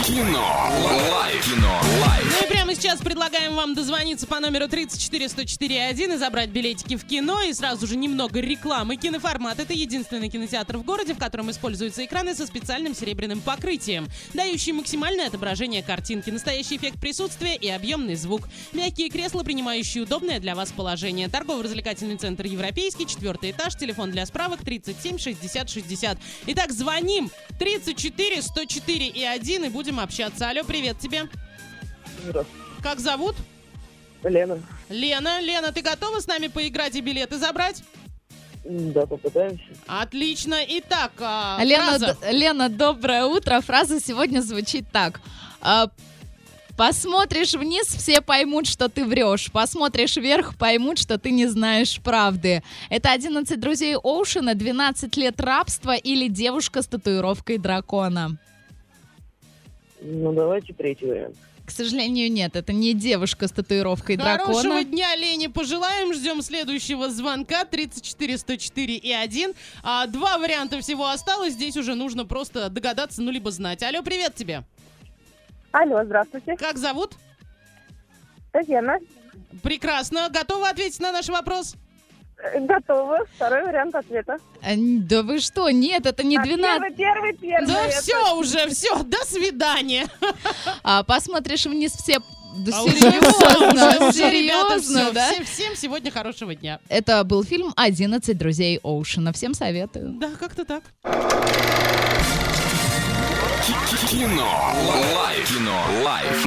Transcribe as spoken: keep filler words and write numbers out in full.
Кино. Лайф. Кино. Лайф. Ну и прямо сейчас предлагаем вам дозвониться по номеру тридцать четыре сто четыре один и забрать билетики в кино. И сразу же немного рекламы. Киноформат — это единственный кинотеатр в городе, в котором используются экраны со специальным серебряным покрытием, дающие максимальное отображение картинки, настоящий эффект присутствия и объемный звук. Мягкие кресла, принимающие удобное для вас положение. Торгово-развлекательный центр «Европейский», четвертый этаж, телефон для справок тридцать семь шестьдесят шестьдесят. Итак, звоним тридцать четыре сто четыре и один и будем общаться. Алло, привет тебе. Здравствуйте. Как зовут? Лена. Лена. Лена, ты готова с нами поиграть и билеты забрать? Да, попытаемся. Отлично. Итак, а, Лена, фраза. д- Лена, доброе утро. Фраза сегодня звучит так. А, Посмотришь вниз, все поймут, что ты врешь. Посмотришь вверх, поймут, что ты не знаешь правды. Это одиннадцать друзей Оушена, двенадцать лет рабства или девушка с татуировкой дракона? Ну, давайте третий вариант. К сожалению, нет, это не девушка с татуировкой Хорошего дракона. дня, Лене, пожелаем. Ждем следующего звонка. тридцать четыре сто четыре и один. А, два варианта всего осталось. Здесь уже нужно просто догадаться, ну, либо знать. Алло, привет тебе. Алло, здравствуйте. Как зовут? Татьяна. Прекрасно. Готова ответить на наш вопрос? Э, Готова. Второй вариант ответа. А, Да вы что, нет, это не А, двенадцать. Первый, первый, первый. Да это- все уже, все. До свидания. А, посмотришь вниз, все... Да А уже серьезно, всё, уже, ребята, серьезно, всё. да? Всем, всем сегодня хорошего дня. Это был фильм «одиннадцать друзей Оушена». Всем советую. Да, как-то так. Кино. Лайф. Кино. Лайф.